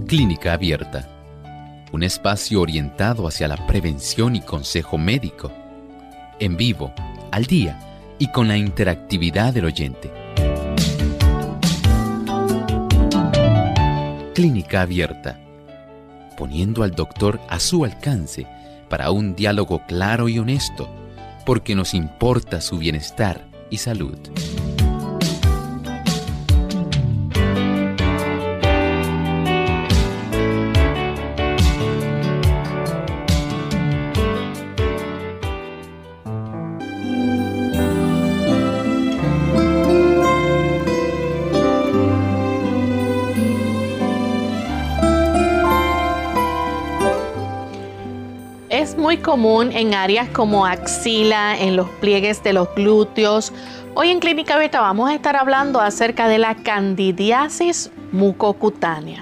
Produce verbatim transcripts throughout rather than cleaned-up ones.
Clínica Abierta, un espacio orientado hacia la prevención y consejo médico, en vivo, al día y con la interactividad del oyente. Clínica Abierta, poniendo al doctor a su alcance para un diálogo claro y honesto, porque nos importa su bienestar y salud. Es muy común en áreas como axila, en los pliegues de los glúteos. Hoy en Clínica Abierta vamos a estar hablando acerca de la candidiasis mucocutánea.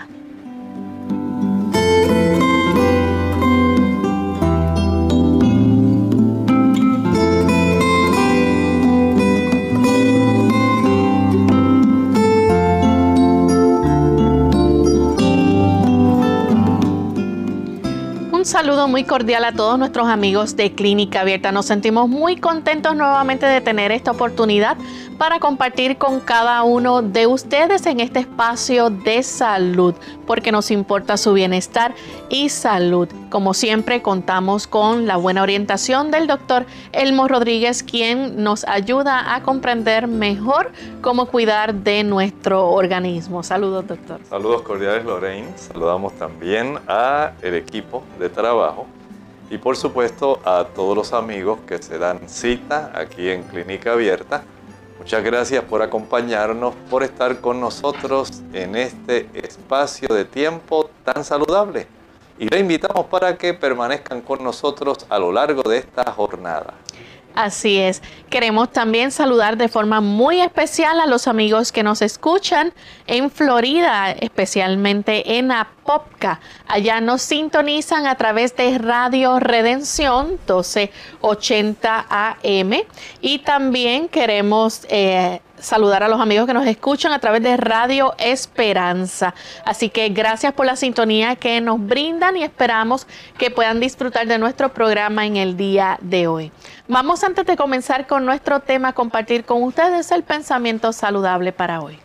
Un saludo muy cordial a todos nuestros amigos de Clínica Abierta. Nos sentimos muy contentos nuevamente de tener esta oportunidad para compartir con cada uno de ustedes en este espacio de salud, porque nos importa su bienestar y salud. Como siempre, contamos con la buena orientación del doctor Elmo Rodríguez, quien nos ayuda a comprender mejor cómo cuidar de nuestro organismo. Saludos, doctor. Saludos cordiales, Lorraine. Saludamos también al equipo de trabajo y, por supuesto, a todos los amigos que se dan cita aquí en Clínica Abierta. Muchas gracias por acompañarnos, por estar con nosotros en este espacio de tiempo tan saludable. Y le invitamos para que permanezcan con nosotros a lo largo de esta jornada. Así es. Queremos también saludar de forma muy especial a los amigos que nos escuchan en Florida, especialmente en Apopka. Allá nos sintonizan a través de Radio Redención doce ochenta A M. Y también queremos eh, saludar a los amigos que nos escuchan a través de Radio Esperanza. Así que gracias por la sintonía que nos brindan y esperamos que puedan disfrutar de nuestro programa en el día de hoy. Vamos, antes de comenzar con nuestro tema, a compartir con ustedes el pensamiento saludable para hoy.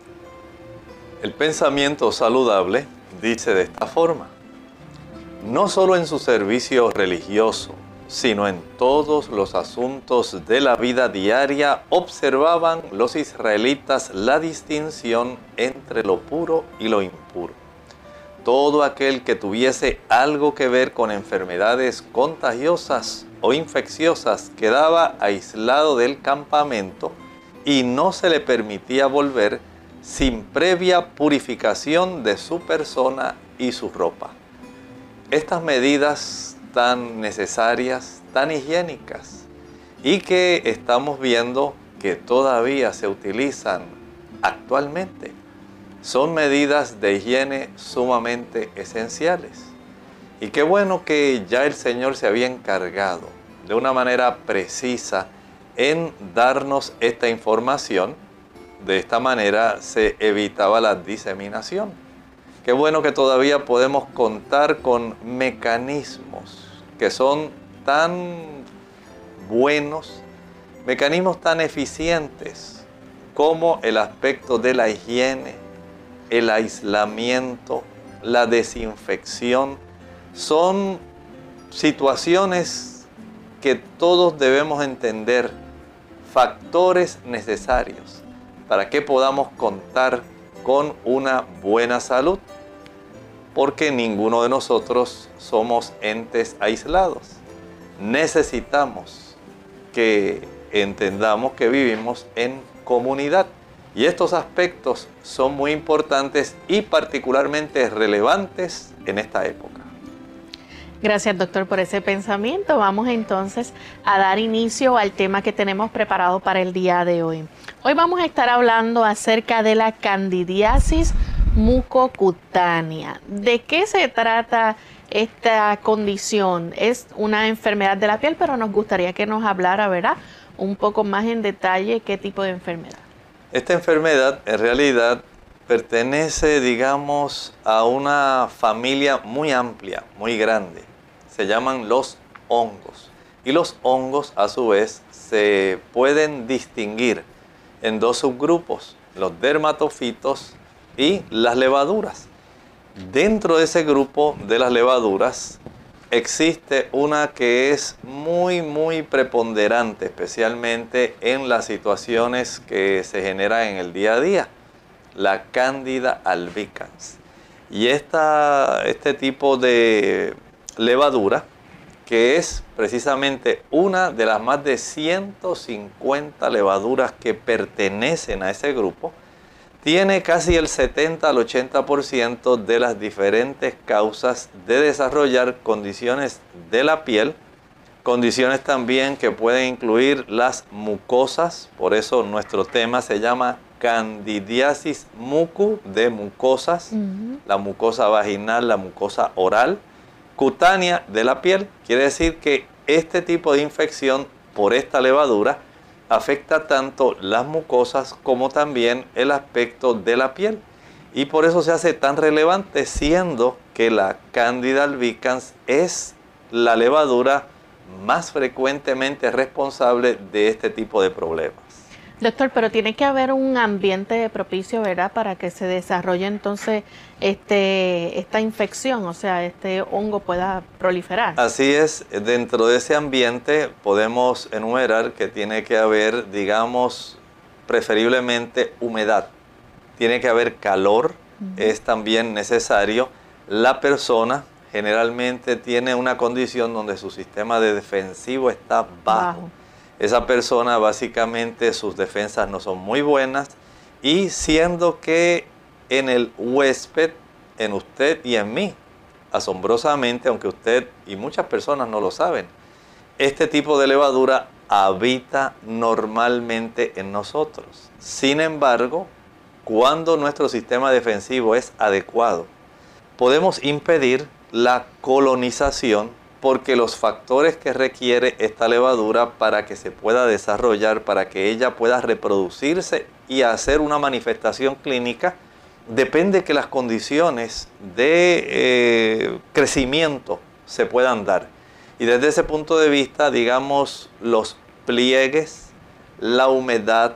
El pensamiento saludable dice de esta forma: no solo en su servicio religioso, sino en todos los asuntos de la vida diaria observaban los israelitas la distinción entre lo puro y lo impuro. Todo aquel que tuviese algo que ver con enfermedades contagiosas o infecciosas quedaba aislado del campamento y no se le permitía volver sin previa purificación de su persona y su ropa. Estas medidas tan necesarias, tan higiénicas, y que estamos viendo que todavía se utilizan actualmente, son medidas de higiene sumamente esenciales. Y qué bueno que ya el Señor se había encargado de una manera precisa en darnos esta información. De esta manera se evitaba la diseminación. Qué bueno que todavía podemos contar con mecanismos que son tan buenos, mecanismos tan eficientes como el aspecto de la higiene, el aislamiento, la desinfección. Son situaciones que todos debemos entender, factores necesarios para que podamos contar con una buena salud, porque ninguno de nosotros somos entes aislados. Necesitamos que entendamos que vivimos en comunidad, y estos aspectos son muy importantes y particularmente relevantes en esta época. Gracias, doctor, por ese pensamiento. Vamos entonces a dar inicio al tema que tenemos preparado para el día de hoy. Hoy vamos a estar hablando acerca de la candidiasis mucocutánea. ¿De qué se trata esta condición? Es una enfermedad de la piel, pero nos gustaría que nos hablara, ¿verdad?, un poco más en detalle qué tipo de enfermedad. Esta enfermedad en realidad pertenece, digamos, a una familia muy amplia, muy grande. Se llaman los hongos. Y los hongos, a su vez, se pueden distinguir en dos subgrupos, los dermatofitos y las levaduras. Dentro de ese grupo de las levaduras existe una que es muy, muy preponderante, especialmente en las situaciones que se generan en el día a día, la Candida albicans. Y esta, este tipo de levadura, que es precisamente una de las más de ciento cincuenta levaduras que pertenecen a ese grupo, tiene casi el setenta al ochenta por ciento de las diferentes causas de desarrollar condiciones de la piel, condiciones también que pueden incluir las mucosas, por eso nuestro tema se llama candidiasis mucu, de mucosas, uh-huh. La mucosa vaginal, la mucosa oral, cutánea de la piel. Quiere decir que este tipo de infección por esta levadura afecta tanto las mucosas como también el aspecto de la piel. Y por eso se hace tan relevante, siendo que la Candida albicans es la levadura más frecuentemente responsable de este tipo de problemas. Doctor, pero tiene que haber un ambiente propicio, ¿verdad?, para que se desarrolle entonces este, esta infección, o sea, este hongo pueda proliferar. Así es, dentro de ese ambiente podemos enumerar que tiene que haber, digamos, preferiblemente humedad, tiene que haber calor, uh-huh. Es también necesario. La persona generalmente tiene una condición donde su sistema de defensivo está bajo. bajo. Esa persona básicamente sus defensas no son muy buenas, y siendo que en el huésped, en usted y en mí, asombrosamente, aunque usted y muchas personas no lo saben, este tipo de levadura habita normalmente en nosotros. Sin embargo, cuando nuestro sistema defensivo es adecuado, podemos impedir la colonización, porque los factores que requiere esta levadura para que se pueda desarrollar, para que ella pueda reproducirse y hacer una manifestación clínica, depende que las condiciones de eh, crecimiento se puedan dar. Y desde ese punto de vista, digamos, los pliegues, la humedad,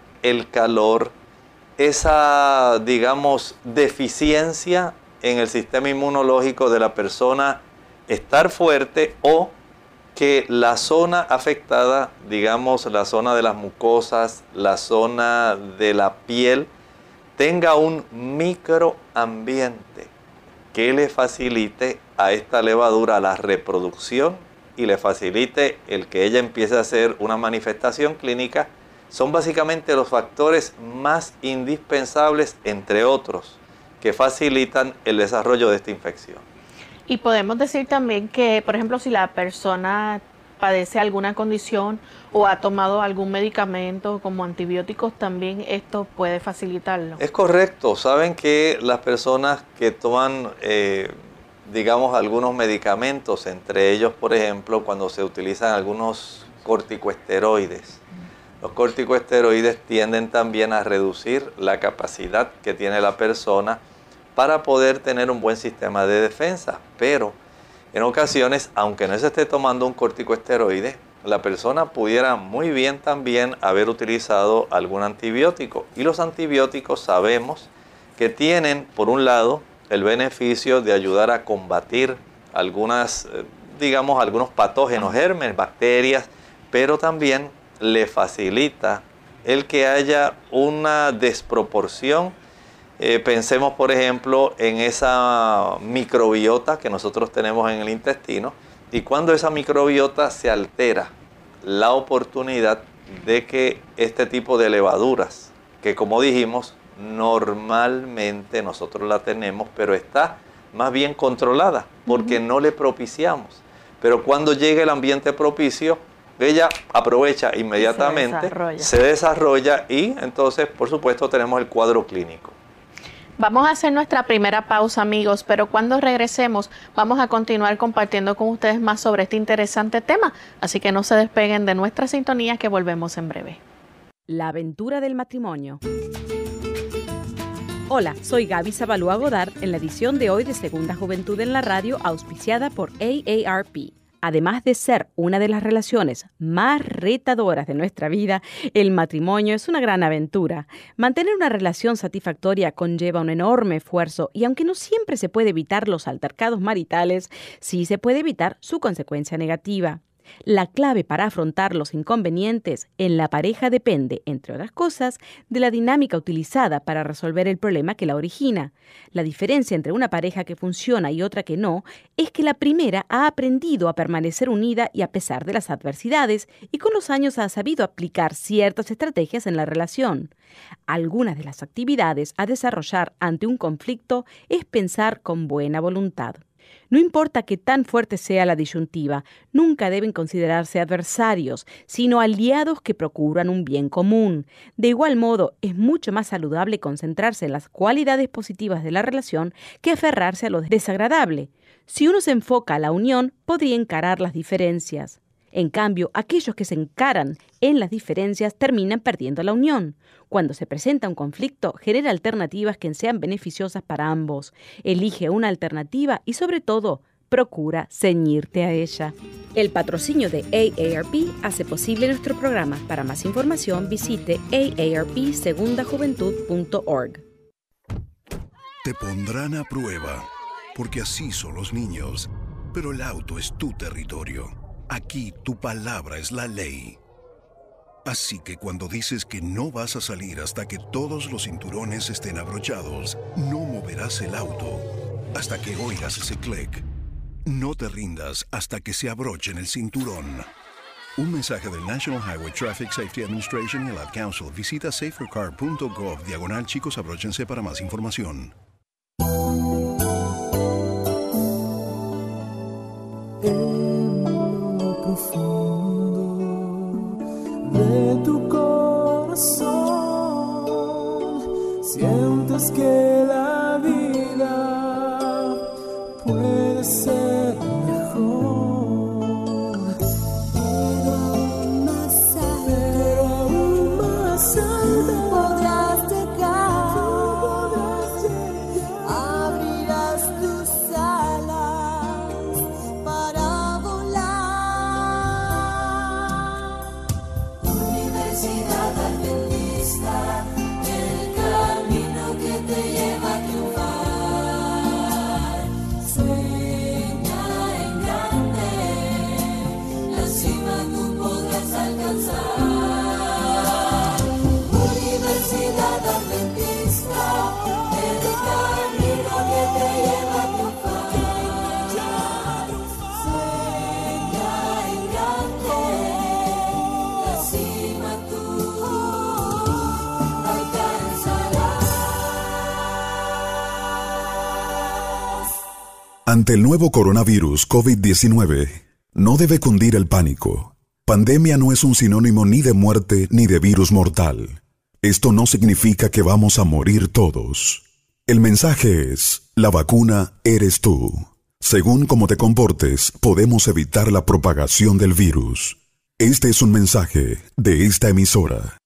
el calor, esa, digamos, deficiencia en el sistema inmunológico de la persona, estar fuerte, o que la zona afectada, digamos la zona de las mucosas, la zona de la piel, tenga un microambiente que le facilite a esta levadura la reproducción y le facilite el que ella empiece a hacer una manifestación clínica. Son básicamente los factores más indispensables, entre otros, que facilitan el desarrollo de esta infección. Y podemos decir también que, por ejemplo, si la persona padece alguna condición o ha tomado algún medicamento como antibióticos, también esto puede facilitarlo. Es correcto. Saben que las personas que toman, eh, digamos, algunos medicamentos, entre ellos, por ejemplo, cuando se utilizan algunos corticosteroides, los corticosteroides tienden también a reducir la capacidad que tiene la persona para poder tener un buen sistema de defensa, pero en ocasiones, aunque no se esté tomando un corticosteroide, la persona pudiera muy bien también haber utilizado algún antibiótico. Y los antibióticos sabemos que tienen, por un lado, el beneficio de ayudar a combatir algunas, digamos, algunos patógenos, gérmenes, bacterias, pero también le facilita el que haya una desproporción. Eh, pensemos, por ejemplo, en esa microbiota que nosotros tenemos en el intestino, y cuando esa microbiota se altera, la oportunidad de que este tipo de levaduras, que como dijimos, normalmente nosotros la tenemos, pero está más bien controlada, porque uh-huh. no le propiciamos. Pero cuando llega el ambiente propicio, ella aprovecha inmediatamente, se desarrolla. se desarrolla y entonces, por supuesto, tenemos el cuadro clínico. Vamos a hacer nuestra primera pausa, amigos, pero cuando regresemos vamos a continuar compartiendo con ustedes más sobre este interesante tema. Así que no se despeguen de nuestra sintonía, que volvemos en breve. La aventura del matrimonio. Hola, soy Gaby Zabalúa Godard en la edición de hoy de Segunda Juventud en la Radio, auspiciada por A A R P. Además de ser una de las relaciones más retadoras de nuestra vida, el matrimonio es una gran aventura. Mantener una relación satisfactoria conlleva un enorme esfuerzo y aunque no siempre se puede evitar los altercados maritales, sí se puede evitar su consecuencia negativa. La clave para afrontar los inconvenientes en la pareja depende, entre otras cosas, de la dinámica utilizada para resolver el problema que la origina. La diferencia entre una pareja que funciona y otra que no es que la primera ha aprendido a permanecer unida y a pesar de las adversidades y con los años ha sabido aplicar ciertas estrategias en la relación. Algunas de las actividades a desarrollar ante un conflicto es pensar con buena voluntad. No importa qué tan fuerte sea la disyuntiva, nunca deben considerarse adversarios, sino aliados que procuran un bien común. De igual modo, es mucho más saludable concentrarse en las cualidades positivas de la relación que aferrarse a lo desagradable. Si uno se enfoca a la unión, podría encarar las diferencias. En cambio, aquellos que se encaran en las diferencias terminan perdiendo la unión. Cuando se presenta un conflicto, genera alternativas que sean beneficiosas para ambos. Elige una alternativa y, sobre todo, procura ceñirte a ella. El patrocinio de A A R P hace posible nuestro programa. Para más información, visite a a r p segunda juventud punto org. Te pondrán a prueba, porque así son los niños. Pero el auto es tu territorio. Aquí tu palabra es la ley. Así que cuando dices que no vas a salir hasta que todos los cinturones estén abrochados, no moverás el auto hasta que oigas ese clic. No te rindas hasta que se abrochen el cinturón. Un mensaje del National Highway Traffic Safety Administration y el Ad Council. Visita safercar punto gov diagonal chicos abróchense para más información. De tu corazón sientes que la vida puede ser mejor, pero aún más alto, pero aún más alto podrás llegar, podrás llegar. Abrirás tus alas para volar. Universidad Adventista, el camino que te lleva a triunfar. Sueña en grande, la cima tú podrás alcanzar. Universidad Adventista, el camino que te lleva a triunfar. Sueña en grande, la cima tú alcanzarás. Ante el nuevo coronavirus COVID diecinueve, no debe cundir el pánico. Pandemia no es un sinónimo ni de muerte ni de virus mortal. Esto no significa que vamos a morir todos. El mensaje es, la vacuna eres tú. Según cómo te comportes, podemos evitar la propagación del virus. Este es un mensaje de esta emisora.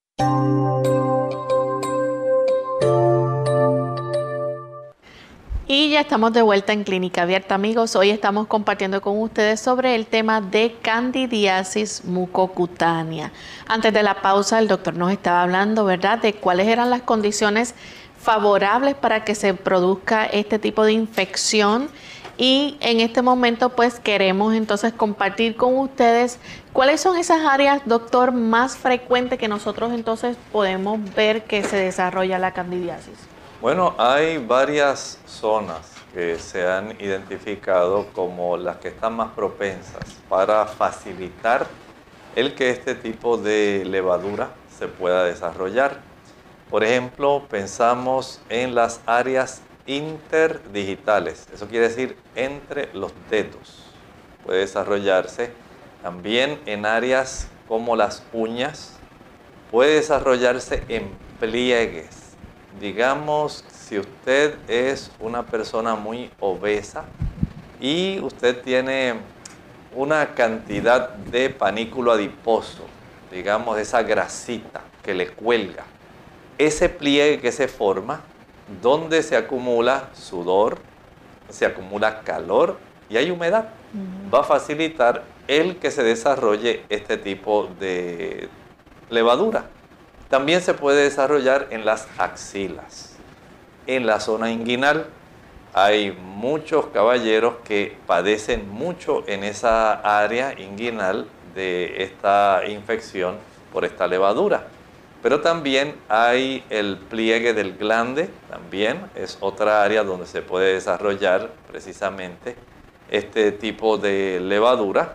Y ya estamos de vuelta en Clínica Abierta, amigos. Hoy estamos compartiendo con ustedes sobre el tema de candidiasis mucocutánea. Antes de la pausa, el doctor nos estaba hablando, ¿verdad?, de cuáles eran las condiciones favorables para que se produzca este tipo de infección. Y en este momento, pues, queremos entonces compartir con ustedes cuáles son esas áreas, doctor, más frecuentes que nosotros entonces podemos ver que se desarrolla la candidiasis. Bueno, hay varias zonas que se han identificado como las que están más propensas para facilitar el que este tipo de levadura se pueda desarrollar. Por ejemplo, pensamos en las áreas interdigitales, eso quiere decir entre los dedos. Puede desarrollarse también en áreas como las uñas, puede desarrollarse en pliegues. Digamos, si usted es una persona muy obesa y usted tiene una cantidad de panículo adiposo, digamos esa grasita que le cuelga, ese pliegue que se forma donde se acumula sudor, se acumula calor y hay humedad. Uh-huh. Va a facilitar el que se desarrolle este tipo de levadura. También se puede desarrollar en las axilas, en la zona inguinal. Hay muchos caballeros que padecen mucho en esa área inguinal de esta infección por esta levadura. Pero también hay el pliegue del glande, también es otra área donde se puede desarrollar precisamente este tipo de levadura.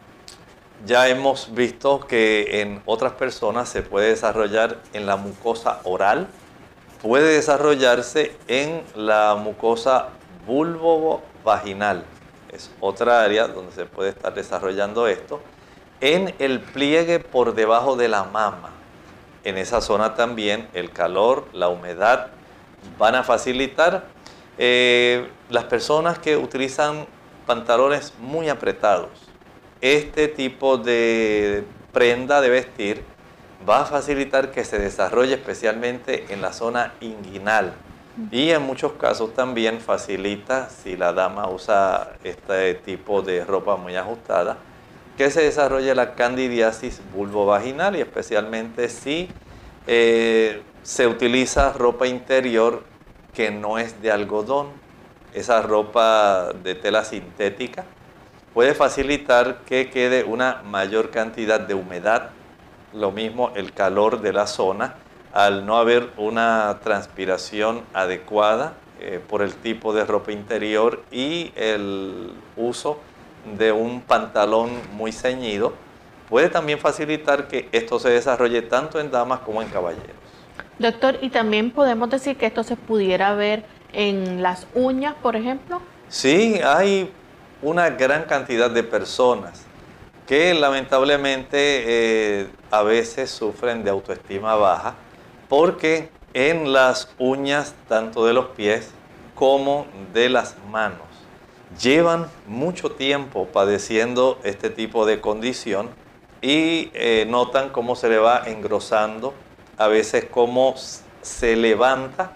Ya hemos visto que en otras personas se puede desarrollar en la mucosa oral, puede desarrollarse en la mucosa vulvovaginal, es otra área donde se puede estar desarrollando esto, en el pliegue por debajo de la mama. En esa zona también el calor, la humedad van a facilitar. Eh, las personas que utilizan pantalones muy apretados, este tipo de prenda de vestir va a facilitar que se desarrolle especialmente en la zona inguinal. Y en muchos casos también facilita, si la dama usa este tipo de ropa muy ajustada, que se desarrolle la candidiasis vulvovaginal, y especialmente si eh, se utiliza ropa interior que no es de algodón. Esa ropa de tela sintética puede facilitar que quede una mayor cantidad de humedad, lo mismo el calor de la zona, al no haber una transpiración adecuada eh, por el tipo de ropa interior y el uso de un pantalón muy ceñido, puede también facilitar que esto se desarrolle tanto en damas como en caballeros. Doctor, ¿y también podemos decir que esto se pudiera ver en las uñas, por ejemplo? Sí, hay una gran cantidad de personas que lamentablemente eh, a veces sufren de autoestima baja porque en las uñas tanto de los pies como de las manos llevan mucho tiempo padeciendo este tipo de condición y eh, notan cómo se le va engrosando, a veces cómo se levanta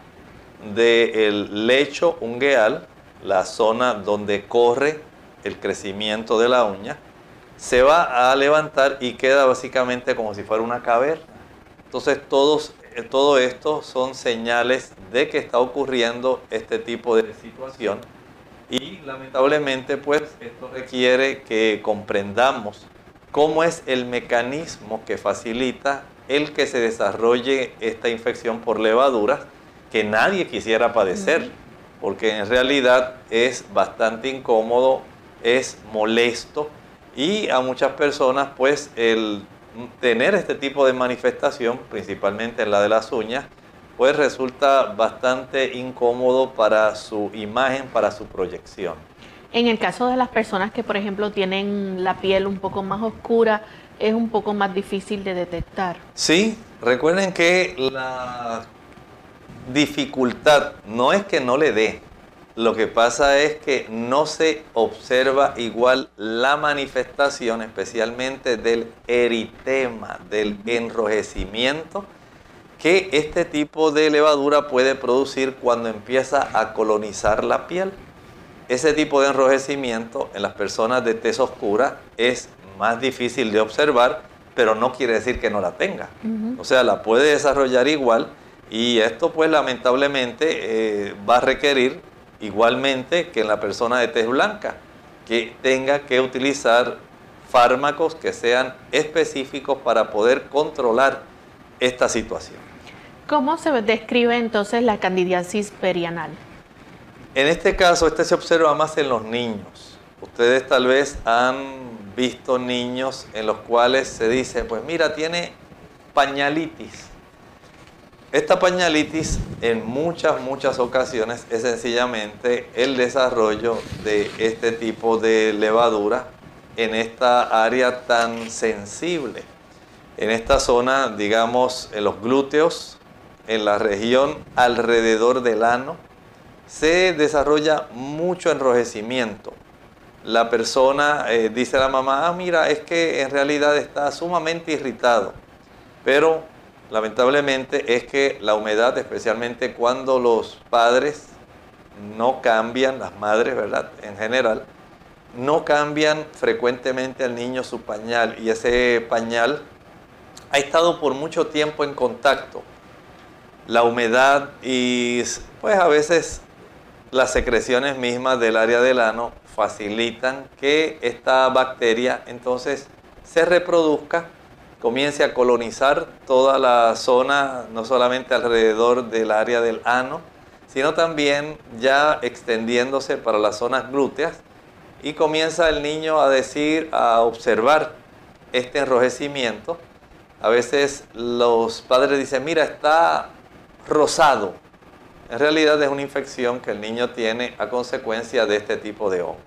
del lecho ungueal, la zona donde corre el crecimiento de la uña, se va a levantar y queda básicamente como si fuera una caverna. Entonces todos, todo esto son señales de que está ocurriendo este tipo de situación y lamentablemente pues esto requiere que comprendamos cómo es el mecanismo que facilita el que se desarrolle esta infección por levaduras que nadie quisiera padecer, porque en realidad es bastante incómodo, es molesto y a muchas personas pues el tener este tipo de manifestación, principalmente en la de las uñas, pues resulta bastante incómodo para su imagen, para su proyección. En el caso de las personas que, por ejemplo, tienen la piel un poco más oscura, es un poco más difícil de detectar. Sí, recuerden que la dificultad no es que no le dé, lo que pasa es que no se observa igual la manifestación, especialmente del eritema, del enrojecimiento, que este tipo de levadura puede producir cuando empieza a colonizar la piel. Ese tipo de enrojecimiento en las personas de tez oscura es más difícil de observar, pero no quiere decir que no la tenga. Uh-huh. O sea, la puede desarrollar igual y esto pues lamentablemente eh, va a requerir igualmente que en la persona de tez blanca, que tenga que utilizar fármacos que sean específicos para poder controlar esta situación. ¿Cómo se describe entonces la candidiasis perianal? En este caso, este se observa más en los niños. Ustedes tal vez han visto niños en los cuales se dice, pues mira, tiene pañalitis. Esta pañalitis en muchas, muchas ocasiones es sencillamente el desarrollo de este tipo de levadura en esta área tan sensible. En esta zona, digamos, en los glúteos, en la región alrededor del ano, se desarrolla mucho enrojecimiento. La persona eh, dice a la mamá, ah, mira, es que en realidad está sumamente irritado, pero lamentablemente, es que la humedad, especialmente cuando los padres no cambian, las madres, ¿verdad? En general, no cambian frecuentemente al niño su pañal, y ese pañal ha estado por mucho tiempo en contacto. La humedad y pues a veces las secreciones mismas del área del ano facilitan que esta bacteria entonces se reproduzca, comience a colonizar toda la zona, no solamente alrededor del área del ano, sino también ya extendiéndose para las zonas glúteas, y comienza el niño a decir, a observar este enrojecimiento. A veces los padres dicen, mira, está rosado. En realidad es una infección que el niño tiene a consecuencia de este tipo de hongo.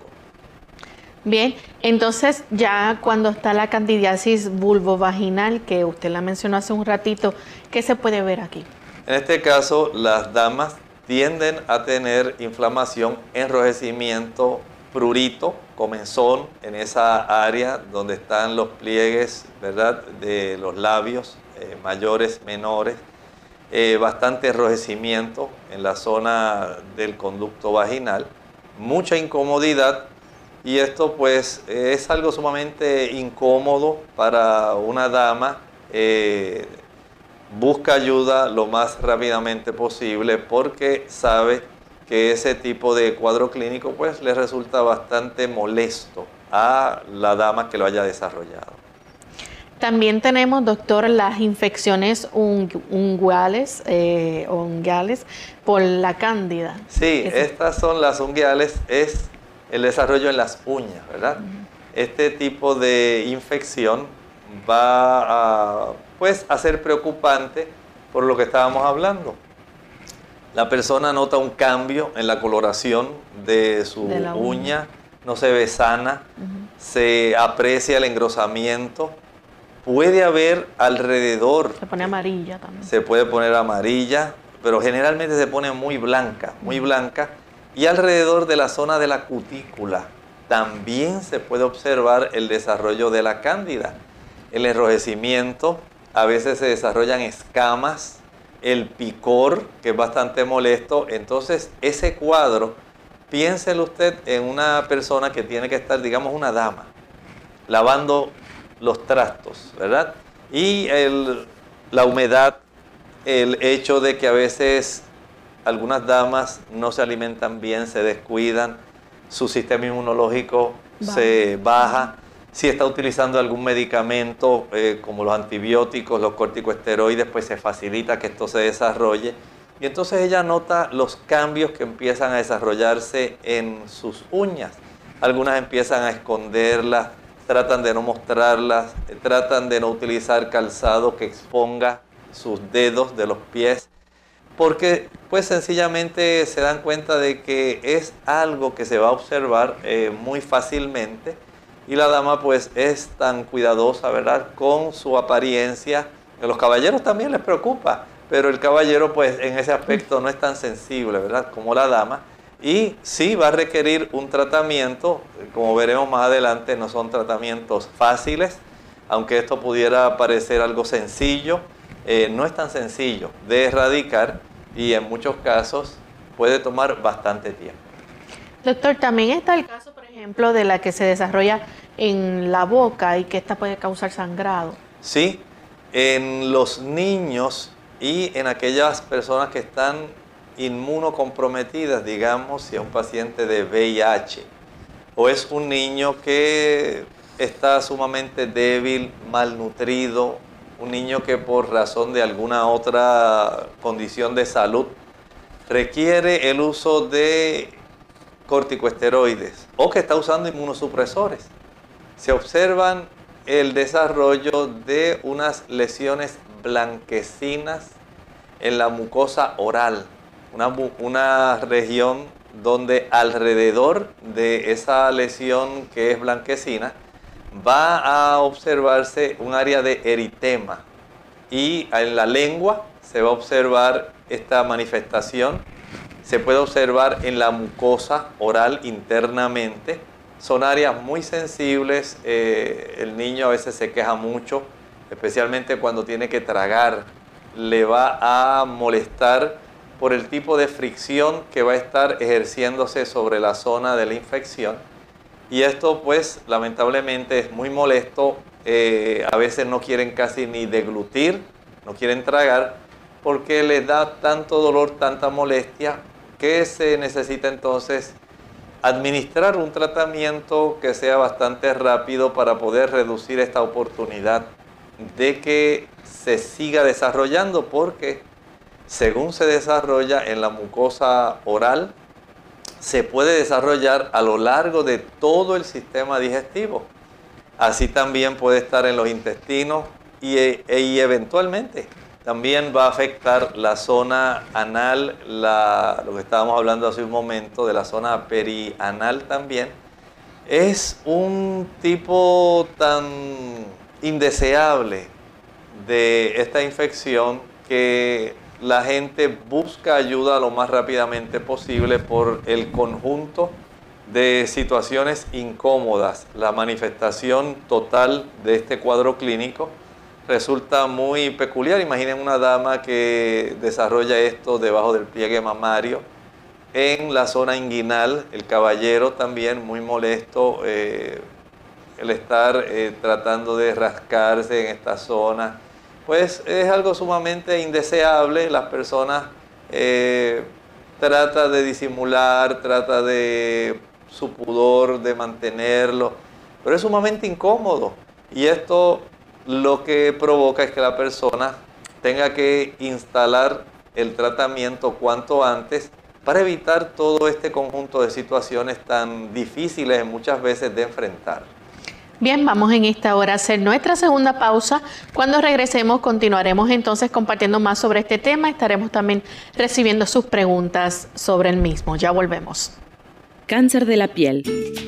Bien, entonces ya cuando está la candidiasis vulvovaginal, que usted la mencionó hace un ratito, ¿qué se puede ver aquí? En este caso, las damas tienden a tener inflamación, enrojecimiento, prurito, comezón en esa área donde están los pliegues, ¿verdad?, de los labios, eh, mayores, menores, eh, bastante enrojecimiento en la zona del conducto vaginal, mucha incomodidad, y esto pues eh, es algo sumamente incómodo para una dama. Eh, busca ayuda lo más rápidamente posible porque sabe que ese tipo de cuadro clínico pues le resulta bastante molesto a la dama que lo haya desarrollado. También tenemos, doctor, las infecciones ung unguales, eh, unguales por la cándida. Sí, Eso. Estas son las unguales, es el desarrollo en las uñas, ¿verdad? Uh-huh. Este tipo de infección va a, pues, a ser preocupante por lo que estábamos hablando. La persona nota un cambio en la coloración de su de uña, uña, no se ve sana, uh-huh. Se aprecia el engrosamiento, puede haber alrededor. Se pone amarilla también. Se puede poner amarilla, pero generalmente se pone muy blanca, muy uh-huh. blanca, y alrededor de la zona de la cutícula también se puede observar el desarrollo de la cándida. El enrojecimiento, a veces se desarrollan escamas, el picor, que es bastante molesto. Entonces, ese cuadro, piénselo usted en una persona que tiene que estar, digamos, una dama, lavando los trastos, ¿verdad? Y el, la humedad, el hecho de que a veces algunas damas no se alimentan bien, se descuidan, su sistema inmunológico baja. se baja. Si está utilizando algún medicamento eh, como los antibióticos, los corticosteroides, pues se facilita que esto se desarrolle. Y entonces ella nota los cambios que empiezan a desarrollarse en sus uñas. Algunas empiezan a esconderlas, tratan de no mostrarlas, tratan de no utilizar calzado que exponga sus dedos de los pies, porque pues sencillamente se dan cuenta de que es algo que se va a observar eh, muy fácilmente. Y la dama pues es tan cuidadosa, ¿verdad?, con su apariencia. A los caballeros también les preocupa, pero el caballero pues en ese aspecto no es tan sensible, ¿verdad?, como la dama. Y sí va a requerir un tratamiento, como veremos más adelante, no son tratamientos fáciles, aunque esto pudiera parecer algo sencillo, eh, no es tan sencillo de erradicar y en muchos casos puede tomar bastante tiempo. Doctor, también está el caso, por ejemplo, de la que se desarrolla en la boca y que esta puede causar sangrado. Sí, en los niños y en aquellas personas que están inmunocomprometidas, digamos, si es un paciente de V I H o es un niño que está sumamente débil, malnutrido, un niño que por razón de alguna otra condición de salud requiere el uso de corticosteroides o que está usando inmunosupresores. Se observan el desarrollo de unas lesiones blanquecinas en la mucosa oral, una, una región donde alrededor de esa lesión que es blanquecina va a observarse un área de eritema y en la lengua se va a observar esta manifestación. Se puede observar en la mucosa oral internamente. Son áreas muy sensibles. Eh, el niño a veces se queja mucho, especialmente cuando tiene que tragar le va a molestar por el tipo de fricción que va a estar ejerciéndose sobre la zona de la infección. Y esto pues lamentablemente es muy molesto. Eh, a veces no quieren casi ni deglutir, no quieren tragar, porque les da tanto dolor, tanta molestia, que se necesita entonces administrar un tratamiento que sea bastante rápido para poder reducir esta oportunidad de que se siga desarrollando, porque según se desarrolla en la mucosa oral, se puede desarrollar a lo largo de todo el sistema digestivo. Así también puede estar en los intestinos y, e, y eventualmente también va a afectar la zona anal, la, lo que estábamos hablando hace un momento de la zona perianal también. Es un tipo tan indeseable de esta infección que la gente busca ayuda lo más rápidamente posible por el conjunto de situaciones incómodas. La manifestación total de este cuadro clínico resulta muy peculiar. Imaginen una dama que desarrolla esto debajo del pliegue mamario, en la zona inguinal, el caballero también muy molesto, eh, el estar eh, tratando de rascarse en esta zona, pues es algo sumamente indeseable. Las personas eh, tratan de disimular, tratan de su pudor, de mantenerlo, pero es sumamente incómodo, y esto lo que provoca es que la persona tenga que instalar el tratamiento cuanto antes para evitar todo este conjunto de situaciones tan difíciles muchas veces de enfrentar. Bien, vamos en esta hora a hacer nuestra segunda pausa. Cuando regresemos continuaremos entonces compartiendo más sobre este tema. Estaremos también recibiendo sus preguntas sobre el mismo. Ya volvemos. Cáncer de la piel.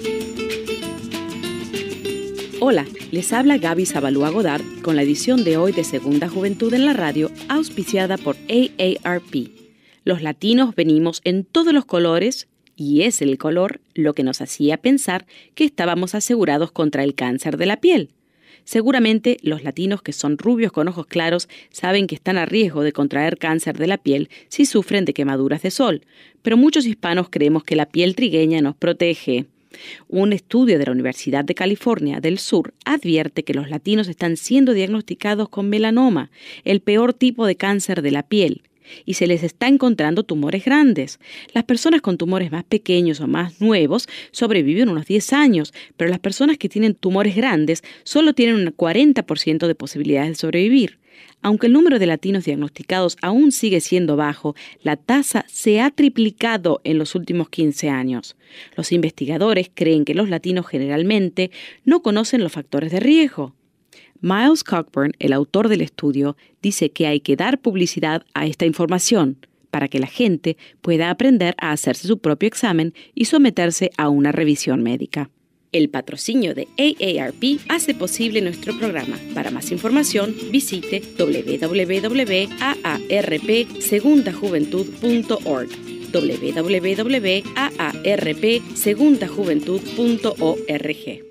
Hola, les habla Gaby Zabalúa Godard con la edición de hoy de Segunda Juventud en la Radio, auspiciada por A A R P. Los latinos venimos en todos los colores y es el color lo que nos hacía pensar que estábamos asegurados contra el cáncer de la piel. Seguramente los latinos que son rubios con ojos claros saben que están a riesgo de contraer cáncer de la piel si sufren de quemaduras de sol, pero muchos hispanos creemos que la piel trigueña nos protege. Un estudio de la Universidad de California del Sur advierte que los latinos están siendo diagnosticados con melanoma, el peor tipo de cáncer de la piel, y se les está encontrando tumores grandes. Las personas con tumores más pequeños o más nuevos sobreviven unos diez años, pero las personas que tienen tumores grandes solo tienen un cuarenta por ciento de posibilidades de sobrevivir. Aunque el número de latinos diagnosticados aún sigue siendo bajo, la tasa se ha triplicado en los últimos quince años. Los investigadores creen que los latinos generalmente no conocen los factores de riesgo. Miles Cockburn, el autor del estudio, dice que hay que dar publicidad a esta información para que la gente pueda aprender a hacerse su propio examen y someterse a una revisión médica. El patrocinio de A A R P hace posible nuestro programa. Para más información, visite w w w punto a a r p segunda juventud punto org. w w w punto a a r p segunda juventud punto org.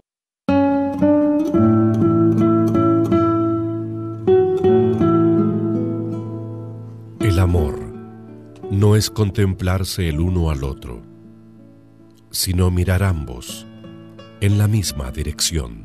El amor no es contemplarse el uno al otro, sino mirar ambos en la misma dirección.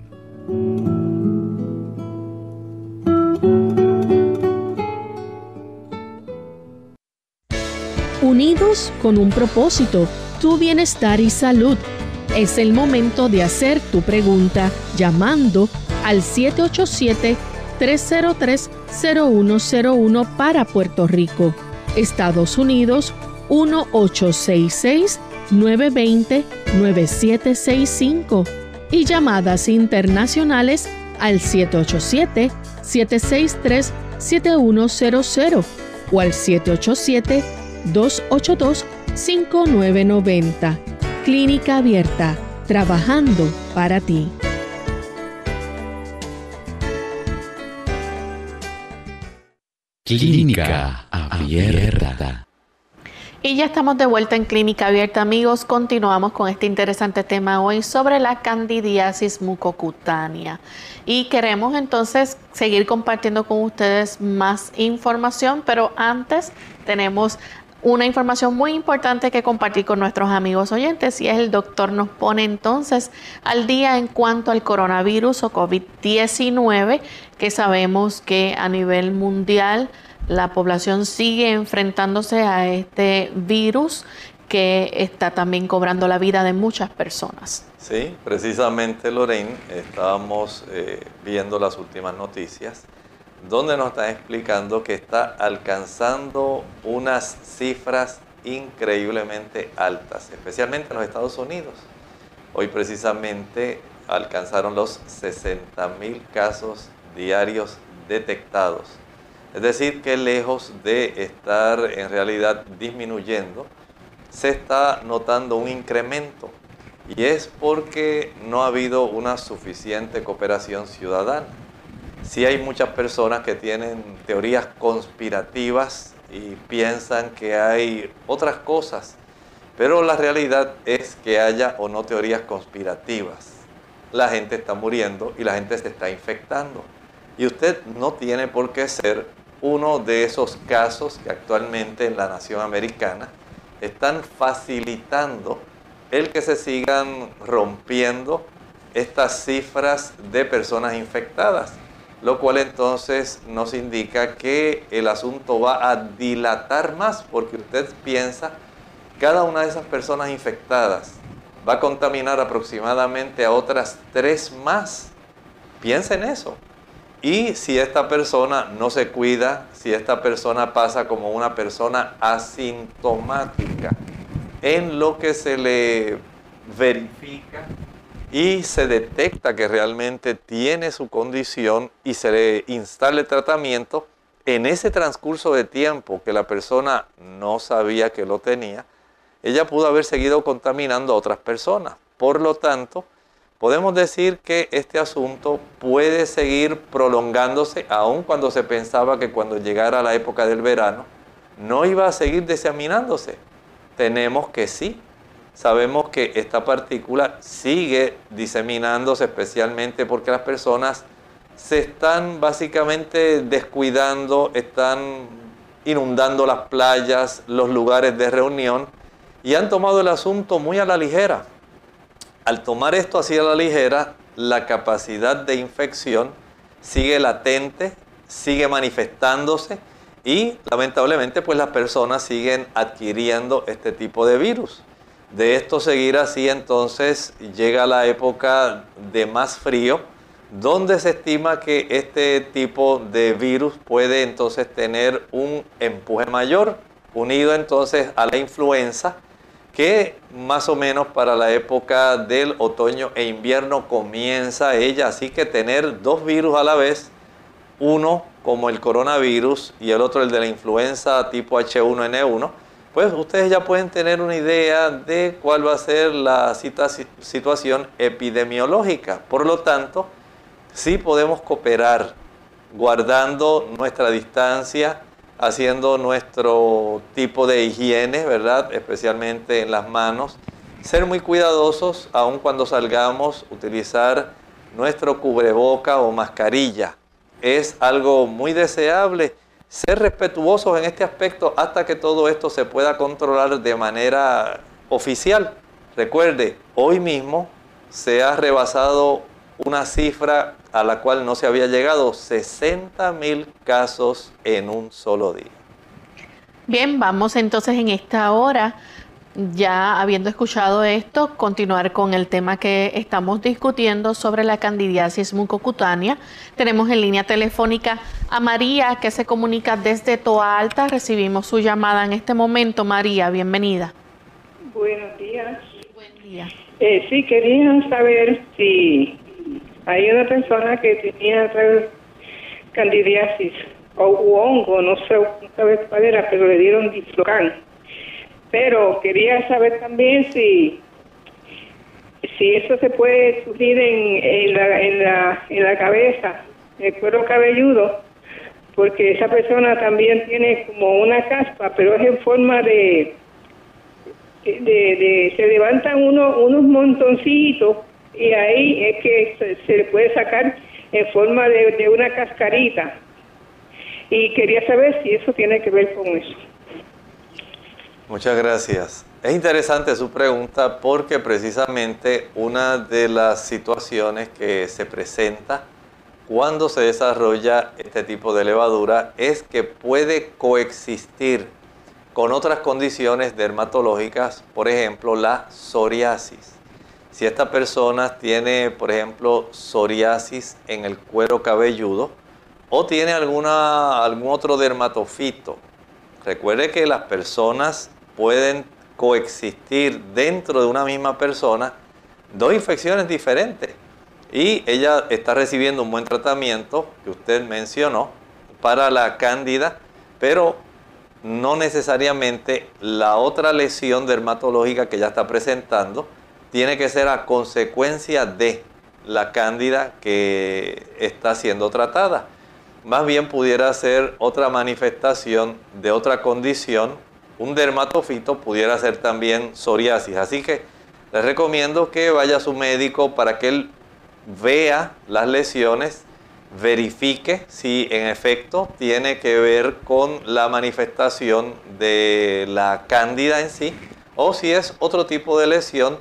Unidos con un propósito, tu bienestar y salud. Es el momento de hacer tu pregunta llamando al siete ocho siete, tres cero tres, cero uno cero uno para Puerto Rico. Estados Unidos, uno ocho seis seis, nueve dos cero, nueve siete seis cinco. Y llamadas internacionales al siete ocho siete, siete seis tres, siete uno cero cero o al siete ocho siete, dos ocho dos, cinco nueve nueve cero. Clínica Abierta, trabajando para ti. Clínica Abierta. Y ya estamos de vuelta en Clínica Abierta, amigos. Continuamos con este interesante tema hoy sobre la candidiasis mucocutánea. Y queremos entonces seguir compartiendo con ustedes más información, pero antes tenemos una información muy importante que compartir con nuestros amigos oyentes, y es el doctor nos pone entonces al día en cuanto al coronavirus o COVID diecinueve, que sabemos que a nivel mundial la población sigue enfrentándose a este virus que está también cobrando la vida de muchas personas. Sí, precisamente, Lorraine, estábamos eh, viendo las últimas noticias donde nos están explicando que está alcanzando unas cifras increíblemente altas, especialmente en los Estados Unidos. Hoy precisamente alcanzaron los sesenta mil casos diarios detectados. Es decir, que lejos de estar en realidad disminuyendo, se está notando un incremento. Y es porque no ha habido una suficiente cooperación ciudadana. Sí hay muchas personas que tienen teorías conspirativas y piensan que hay otras cosas, pero la realidad es que haya o no teorías conspirativas, la gente está muriendo y la gente se está infectando. Y usted no tiene por qué ser uno de esos casos que actualmente en la nación americana están facilitando el que se sigan rompiendo estas cifras de personas infectadas, lo cual entonces nos indica que el asunto va a dilatar más, porque usted piensa, cada una de esas personas infectadas va a contaminar aproximadamente a otras tres más. Piensa en eso. Y si esta persona no se cuida, si esta persona pasa como una persona asintomática, en lo que se le verifica y se detecta que realmente tiene su condición y se le instala el tratamiento, en ese transcurso de tiempo que la persona no sabía que lo tenía, ella pudo haber seguido contaminando a otras personas. Por lo tanto, podemos decir que este asunto puede seguir prolongándose, aun cuando se pensaba que cuando llegara la época del verano no iba a seguir diseminándose. Tenemos que sí. Sabemos que esta partícula sigue diseminándose, especialmente porque las personas se están básicamente descuidando, están inundando las playas, los lugares de reunión, y han tomado el asunto muy a la ligera. Al tomar esto así a la ligera, la capacidad de infección sigue latente, sigue manifestándose, y lamentablemente pues las personas siguen adquiriendo este tipo de virus. De esto seguir así, entonces llega la época de más frío, donde se estima que este tipo de virus puede entonces tener un empuje mayor, unido entonces a la influenza, que más o menos para la época del otoño e invierno comienza ella. Así que tener dos virus a la vez, uno como el coronavirus y el otro el de la influenza tipo H uno N uno, pues ustedes ya pueden tener una idea de cuál va a ser la situación epidemiológica. Por lo tanto, sí podemos cooperar guardando nuestra distancia, haciendo nuestro tipo de higiene, ¿verdad? Especialmente en las manos. Ser muy cuidadosos, aun cuando salgamos, utilizar nuestro cubreboca o mascarilla. Es algo muy deseable. Ser respetuosos en este aspecto hasta que todo esto se pueda controlar de manera oficial. Recuerde, hoy mismo se ha rebasado una cifra a la cual no se había llegado, sesenta mil casos en un solo día. Bien, vamos entonces en esta hora, ya habiendo escuchado esto, continuar con el tema que estamos discutiendo sobre la candidiasis mucocutánea. Tenemos en línea telefónica a María, que se comunica desde Toa Alta. Recibimos su llamada en este momento. María, bienvenida. Buenos días. Buen día. Eh, sí, quería saber si hay una persona que tenía candidiasis o hongo, no sé, no sabes cuál era, pero le dieron Diflocan. Pero quería saber también si si eso se puede surgir en, en, la, en, la, en la cabeza, en el cuero cabelludo, porque esa persona también tiene como una caspa, pero es en forma de, de, de se levantan uno, unos montoncitos y ahí es que se, se le puede sacar en forma de, de una cascarita. Y quería saber si eso tiene que ver con eso. Muchas gracias. Es interesante su pregunta porque precisamente una de las situaciones que se presenta cuando se desarrolla este tipo de levadura es que puede coexistir con otras condiciones dermatológicas, por ejemplo, la psoriasis. Si esta persona tiene, por ejemplo, psoriasis en el cuero cabelludo o tiene alguna, algún otro dermatofito, recuerde que las personas pueden coexistir dentro de una misma persona dos infecciones diferentes y ella está recibiendo un buen tratamiento que usted mencionó para la cándida, pero no necesariamente la otra lesión dermatológica que ya está presentando tiene que ser a consecuencia de la cándida que está siendo tratada. Más bien pudiera ser otra manifestación de otra condición. Un dermatofito pudiera ser también psoriasis. Así que les recomiendo que vaya a su médico para que él vea las lesiones, verifique si en efecto tiene que ver con la manifestación de la cándida en sí o si es otro tipo de lesión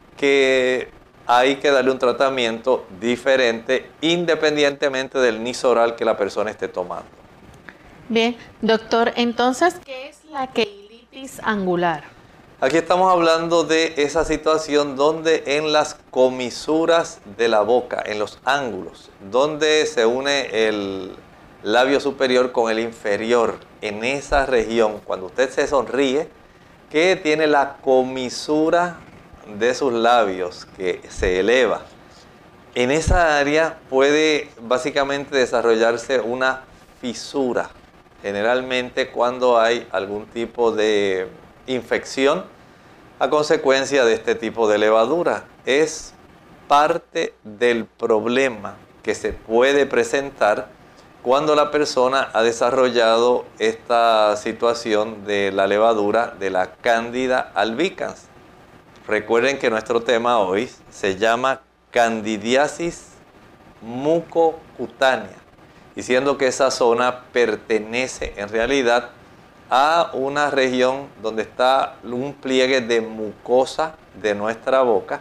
que hay que darle un tratamiento diferente independientemente del nisoral que la persona esté tomando. Bien, doctor, entonces, ¿qué es la queilitis angular? Aquí estamos hablando de esa situación donde en las comisuras de la boca, en los ángulos, donde se une el labio superior con el inferior, en esa región, cuando usted se sonríe, que tiene la comisura de sus labios que se eleva. En esa área puede básicamente desarrollarse una fisura, generalmente cuando hay algún tipo de infección a consecuencia de este tipo de levadura. Es parte del problema que se puede presentar cuando la persona ha desarrollado esta situación de la levadura de la Candida albicans. Recuerden que nuestro tema hoy se llama candidiasis mucocutánea, diciendo que esa zona pertenece en realidad a una región donde está un pliegue de mucosa de nuestra boca.